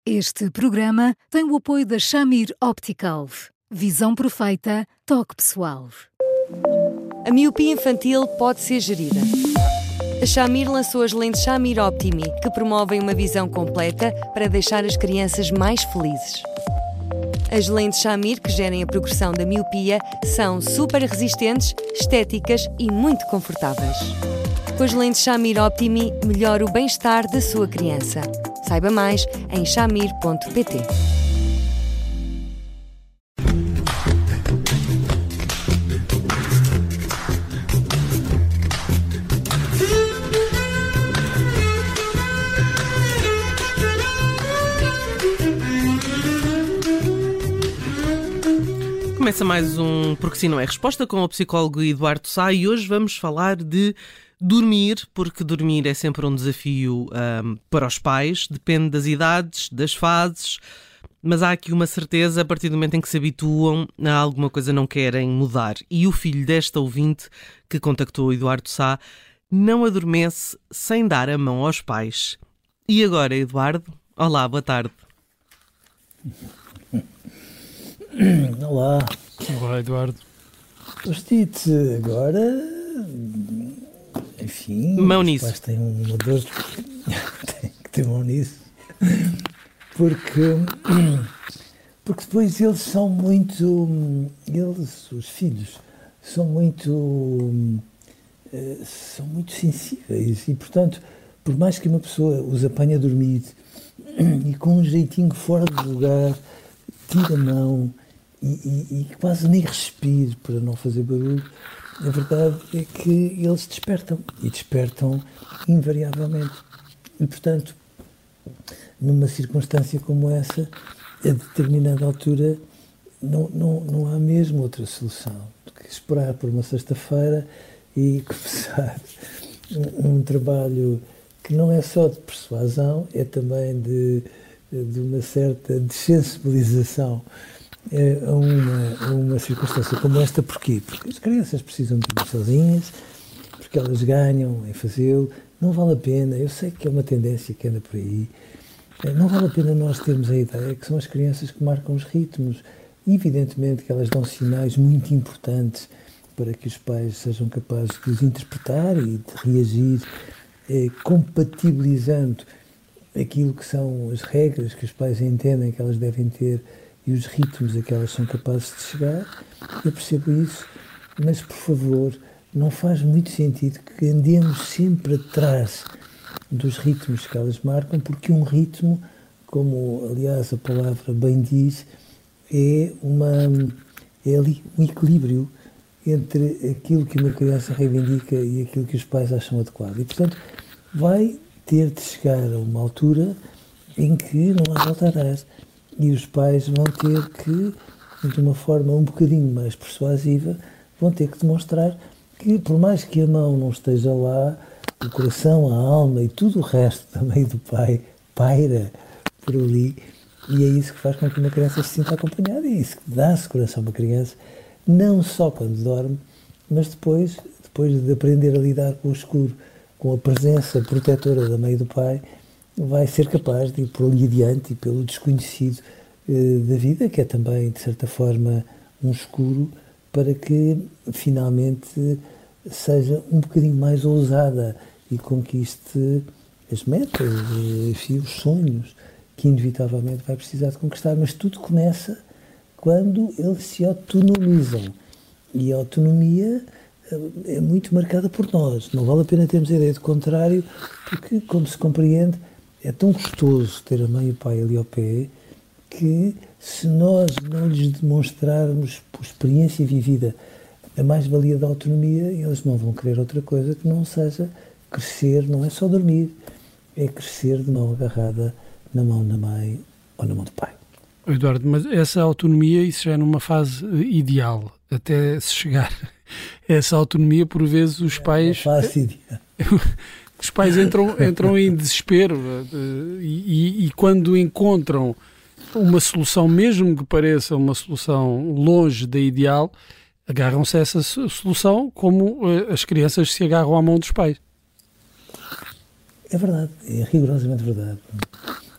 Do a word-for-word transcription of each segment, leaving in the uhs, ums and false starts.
Este programa tem o apoio da Shamir Optical. Visão perfeita, toque pessoal. A miopia infantil pode ser gerida. A Shamir lançou as lentes Shamir Optimi, que promovem uma visão completa para deixar as crianças mais felizes. As lentes Shamir, que gerem a progressão da miopia, são super resistentes, estéticas e muito confortáveis. Com as lentes Shamir Optimi, melhora o bem-estar da sua criança. Saiba mais em shamir ponto pt. Começa mais um Porque Sim Não É Resposta com o psicólogo Eduardo Sá e hoje vamos falar de dormir, porque dormir é sempre um desafio um, para os pais, depende das idades, das fases, mas há aqui uma certeza, a partir do momento em que se habituam a alguma coisa não querem mudar. E o filho desta ouvinte que contactou o Eduardo Sá não adormece sem dar a mão aos pais. E agora, Eduardo? Olá, boa tarde. Olá. Olá, Eduardo. Gostei-te agora, enfim, mão nisso. Os pais têm uma dor, têm que ter mão nisso, porque, porque depois eles são muito, eles, os filhos, são muito, são muito sensíveis e, portanto, por mais que uma pessoa os apanhe a dormir e com um jeitinho fora de lugar, tira a mão e, e, e quase nem respire para não fazer barulho, a verdade é que eles despertam, e despertam invariavelmente. E, portanto, numa circunstância como essa, a determinada altura, não, não, não há mesmo outra solução do que esperar por uma sexta-feira e começar um, um trabalho que não é só de persuasão, é também de, de uma certa desensibilização a uma, a uma circunstância como esta. Porquê? Porque as crianças precisam de dormir sozinhas, porque elas ganham em fazê-lo. Não vale a pena, eu sei que é uma tendência que anda por aí, não vale a pena nós termos a ideia que são as crianças que marcam os ritmos. E evidentemente que elas dão sinais muito importantes para que os pais sejam capazes de os interpretar e de reagir, eh, compatibilizando aquilo que são as regras que os pais entendem que elas devem ter e os ritmos a que elas são capazes de chegar. Eu percebo isso, mas, por favor, não faz muito sentido que andemos sempre atrás dos ritmos que elas marcam, porque um ritmo, como, aliás, a palavra bem diz, é, uma, é ali um equilíbrio entre aquilo que uma criança reivindica e aquilo que os pais acham adequado. E, portanto, vai ter de chegar a uma altura em que não há volta atrás. E os pais vão ter que, de uma forma um bocadinho mais persuasiva, vão ter que demonstrar que, por mais que a mão não esteja lá, o coração, a alma e tudo o resto também do pai paira por ali. E é isso que faz com que uma criança se sinta acompanhada. E é isso que dá segurança a uma criança, não só quando dorme, mas depois, depois de aprender a lidar com o escuro, com a presença protetora da mãe e do pai, vai ser capaz de ir por ali adiante e pelo desconhecido eh, da vida, que é também, de certa forma, um escuro, para que finalmente seja um bocadinho mais ousada e conquiste as metas, enfim, os sonhos que inevitavelmente vai precisar de conquistar. Mas tudo começa quando eles se autonomizam. E a autonomia é muito marcada por nós. Não vale a pena termos a ideia do contrário, porque, como se compreende, é tão gostoso ter a mãe e o pai ali ao pé que, se nós não lhes demonstrarmos por experiência vivida a mais-valia da autonomia, eles não vão querer outra coisa que não seja crescer, não é só dormir, é crescer de mão agarrada na mão da mãe ou na mão do pai. Eduardo, mas essa autonomia, isso já é numa fase ideal, até se chegar a essa autonomia, por vezes os é pais... Uma fase ideal. Os pais entram, entram em desespero e, e, e quando encontram uma solução, mesmo que pareça uma solução longe da ideal, agarram-se a essa solução como as crianças se agarram à mão dos pais. É verdade, é rigorosamente verdade.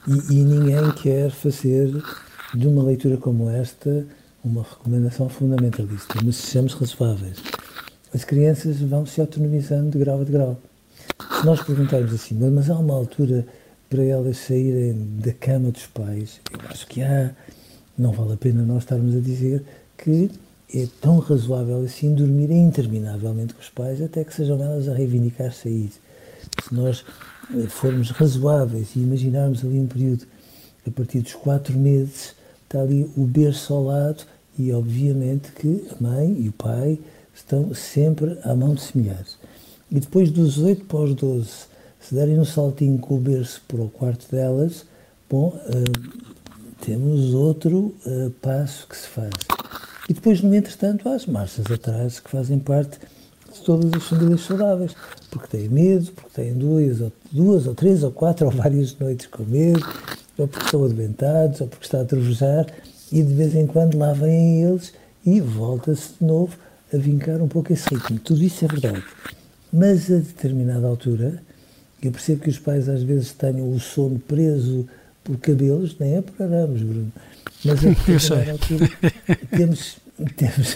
E, e ninguém quer fazer de uma leitura como esta uma recomendação fundamentalista, mas sejamos razoáveis. As crianças vão se autonomizando de grau a de grau. Se nós perguntarmos assim, mas há uma altura para elas saírem da cama dos pais, eu acho que há. Não vale a pena nós estarmos a dizer que é tão razoável assim dormir interminavelmente com os pais até que sejam elas a reivindicar sair. Se nós formos razoáveis e imaginarmos ali um período, a partir dos quatro meses, está ali o berço ao lado e obviamente que a mãe e o pai estão sempre à mão de semear. E depois dos oito para os doze, se derem um saltinho com o berço para o quarto delas, bom, uh, temos outro uh, passo que se faz. E depois, no entretanto, há as marchas atrás que fazem parte de todas as famílias saudáveis, porque têm medo, porque têm duas ou, duas, ou três, ou quatro, ou várias noites com medo, ou porque estão adoentados, ou porque está a trovejar, e de vez em quando lá vêm eles e volta-se de novo a vincar um pouco esse ritmo. Tudo isso é verdade. Mas a determinada altura, eu percebo que os pais às vezes tenham o sono preso por cabelos, nem é por arames, Bruno. Mas a determinada altura temos... temos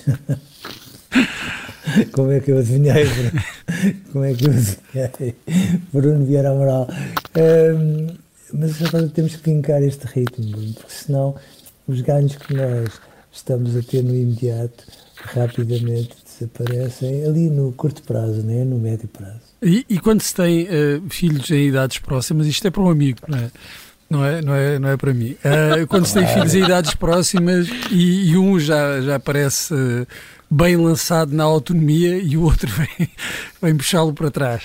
Como é que eu adivinhei, Bruno? Como é que eu adivinhei? Bruno Vieira Amaral. Um, mas agora temos que vincar este ritmo, Bruno, porque senão os ganhos que nós estamos a ter no imediato rapidamente desaparecem ali no curto prazo, né? No médio prazo. E, e quando se tem uh, filhos em idades próximas, isto é para um amigo, não é? Não é, não é, não é para mim. Uh, quando se tem filhos em idades próximas e, e um já, já parece uh, bem lançado na autonomia e o outro vem, vem puxá-lo para trás.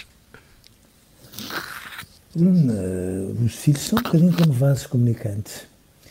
Uh, os filhos são um bocadinho como vasos comunicantes.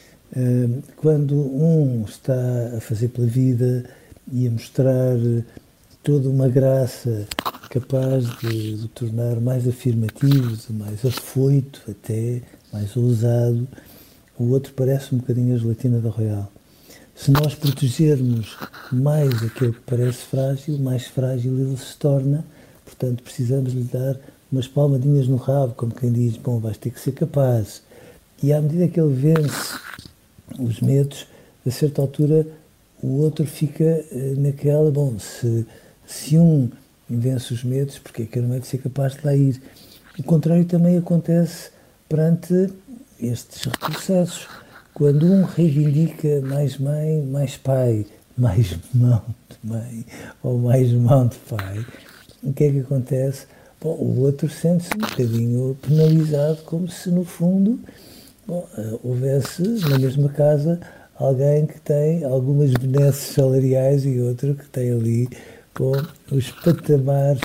Uh, quando um está a fazer pela vida e a mostrar toda uma graça capaz de, de tornar mais afirmativo, mais afoito até, mais ousado, o outro parece um bocadinho a gelatina da Royal. Se nós protegermos mais aquele que parece frágil, mais frágil ele se torna, portanto precisamos lhe dar umas palmadinhas no rabo, como quem diz, bom, vais ter que ser capaz. E à medida que ele vence os medos, a certa altura o outro fica naquela, bom, se, se um vence os medos, porque é que eu não é de ser capaz de lá ir? O contrário também acontece perante estes retrocessos. Quando um reivindica mais mãe, mais pai, mais mão de mãe ou mais mão de pai, o que é que acontece? Bom, o outro sente-se um bocadinho penalizado, como se no fundo bom, houvesse na mesma casa alguém que tem algumas benesses salariais e outro que tem ali com os patamares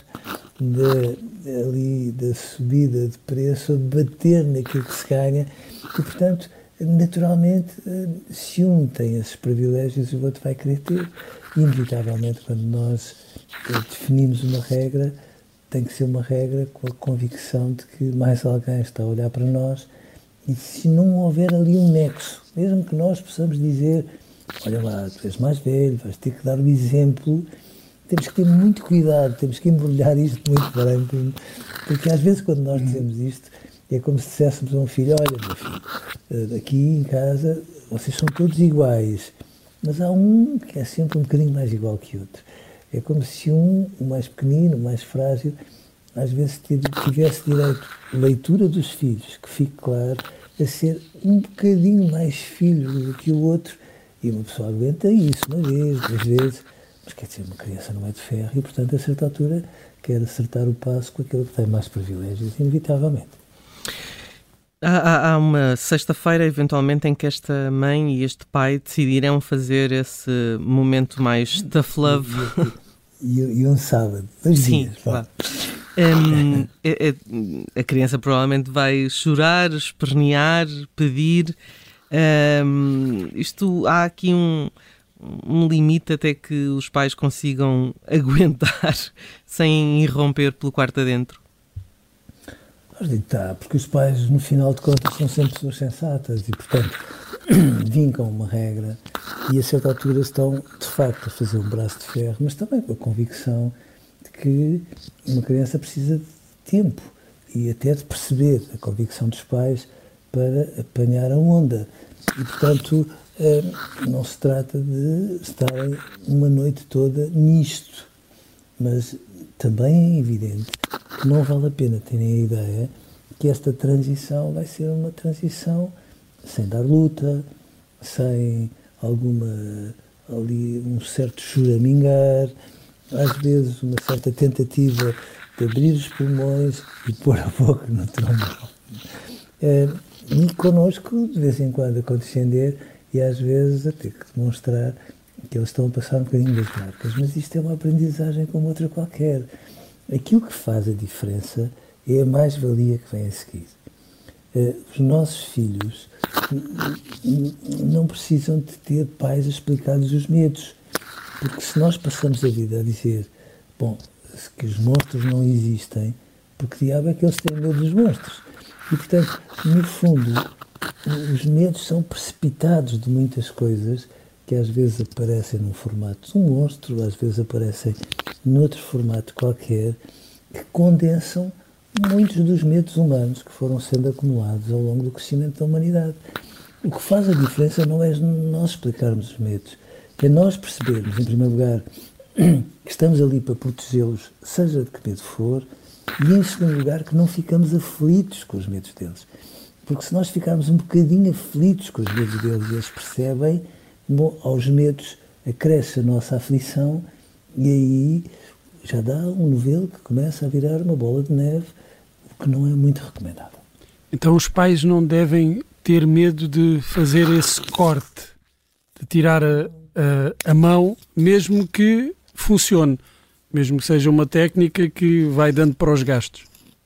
de, ali, da subida de preço, ou de bater naquilo que se ganha, e portanto, naturalmente, se um tem esses privilégios, o outro vai querer ter. Inevitavelmente, quando nós definimos uma regra, tem que ser uma regra com a convicção de que mais alguém está a olhar para nós, e se não houver ali um nexo, mesmo que nós possamos dizer, olha lá, tu és mais velho, vais ter que dar o exemplo, temos que ter muito cuidado, temos que embrulhar isto muito bem, porque às vezes quando nós dizemos isto, é como se disséssemos a um filho, olha meu filho, aqui em casa vocês são todos iguais, mas há um que é sempre um bocadinho mais igual que o outro. É como se um, o mais pequenino, o mais frágil, às vezes tivesse direito à leitura dos filhos, que fique claro, a ser um bocadinho mais filho do que o outro, e uma pessoa aguenta isso uma vez, duas vezes, mas quer dizer, uma criança não é de ferro e, portanto, a certa altura quer acertar o passo com aquele que tem mais privilégios, inevitavelmente. Há, há, há uma sexta-feira, eventualmente, em que esta mãe e este pai decidirão fazer esse momento mais tough love. E, e, e um sábado, dois Sim, dias. Claro. Um, é, é, a criança provavelmente vai chorar, espernear, pedir. Um, isto, há aqui um, um limite até que os pais consigam aguentar sem irromper pelo quarto adentro. Mas digo, tá, porque os pais, no final de contas, são sempre pessoas sensatas e, portanto, vincam uma regra e, a certa altura, estão, de facto, a fazer um braço de ferro, mas também com a convicção de que uma criança precisa de tempo e até de perceber a convicção dos pais para apanhar a onda. E, portanto, não se trata de estarem uma noite toda nisto. Mas também é evidente que não vale a pena terem a ideia que esta transição vai ser uma transição sem dar luta, sem alguma, ali, um certo choramingar, às vezes uma certa tentativa de abrir os pulmões e pôr a boca no trombone. É, e connosco, de vez em quando, a condescender e às vezes a ter que demonstrar que eles estão a passar um bocadinho das marcas. Mas isto é uma aprendizagem como outra qualquer. Aquilo que faz a diferença é a mais-valia que vem a seguir. Uh, os nossos filhos não precisam de ter pais a explicar-lhes os medos. Porque se nós passamos a vida a dizer, bom, que os monstros não existem, porque diabo é que eles têm medo dos monstros? E, portanto, no fundo, os medos são precipitados de muitas coisas que às vezes aparecem num formato de um monstro, às vezes aparecem noutro formato qualquer, que condensam muitos dos medos humanos que foram sendo acumulados ao longo do crescimento da humanidade. O que faz a diferença não é nós explicarmos os medos, é nós percebermos, em primeiro lugar, que estamos ali para protegê-los, seja de que medo for, e em segundo lugar, que não ficamos aflitos com os medos deles. Porque se nós ficarmos um bocadinho aflitos com os medos deles e eles percebem, bom, aos medos acresce a nossa aflição e aí já dá um novelo que começa a virar uma bola de neve, o que não é muito recomendável. Então os pais não devem ter medo de fazer esse corte, de tirar a, a, a mão, mesmo que funcione, mesmo que seja uma técnica que vai dando para os gastos.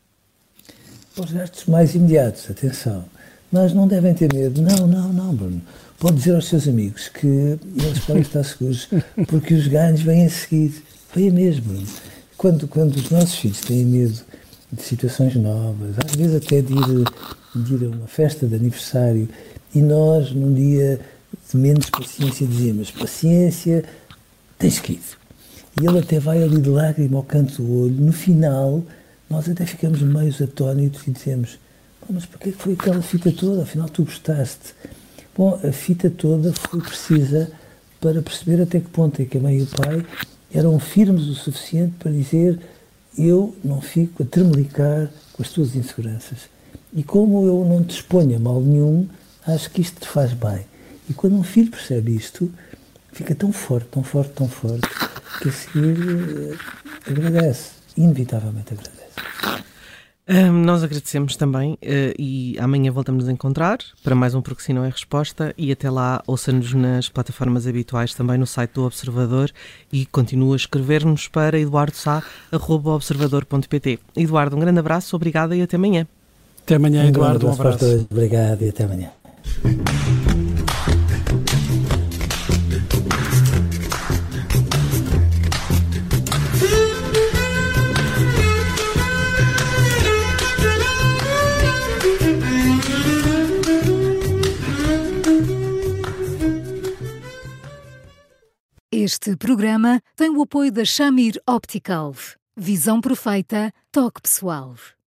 Para os gastos mais imediatos, atenção. Mas não devem ter medo. Não, não, não, Bruno. Pode dizer aos seus amigos que eles podem estar seguros, porque os ganhos vêm a seguir. Vêm mesmo, Bruno. Quando, quando os nossos filhos têm medo de situações novas, às vezes até de ir, de ir a uma festa de aniversário, e nós, num dia de menos paciência, dizemos, paciência, tens que ir. E ele até vai ali de lágrima ao canto do olho. No final, nós até ficamos meio atónitos e dizemos, mas porquê foi aquela fita toda? Afinal, tu gostaste. Bom, a fita toda foi precisa para perceber até que ponto é que a mãe e o pai eram firmes o suficiente para dizer eu não fico a tremelicar com as tuas inseguranças. E como eu não te exponho a mal nenhum, acho que isto te faz bem. E quando um filho percebe isto, fica tão forte, tão forte, tão forte, que a seguir eh, agradece, inevitavelmente agradece. Um, nós agradecemos também uh, e amanhã voltamos a encontrar para mais um Porque Sim Não É Resposta e até lá ouça-nos nas plataformas habituais, também no site do Observador e continua a escrever-nos para eduardo sá arroba observador ponto pt. Eduardo, um grande abraço, obrigada e até amanhã. Até amanhã, Eduardo, um abraço. Obrigado e até amanhã. Este programa tem o apoio da Shamir Optical. Visão perfeita, toque pessoal.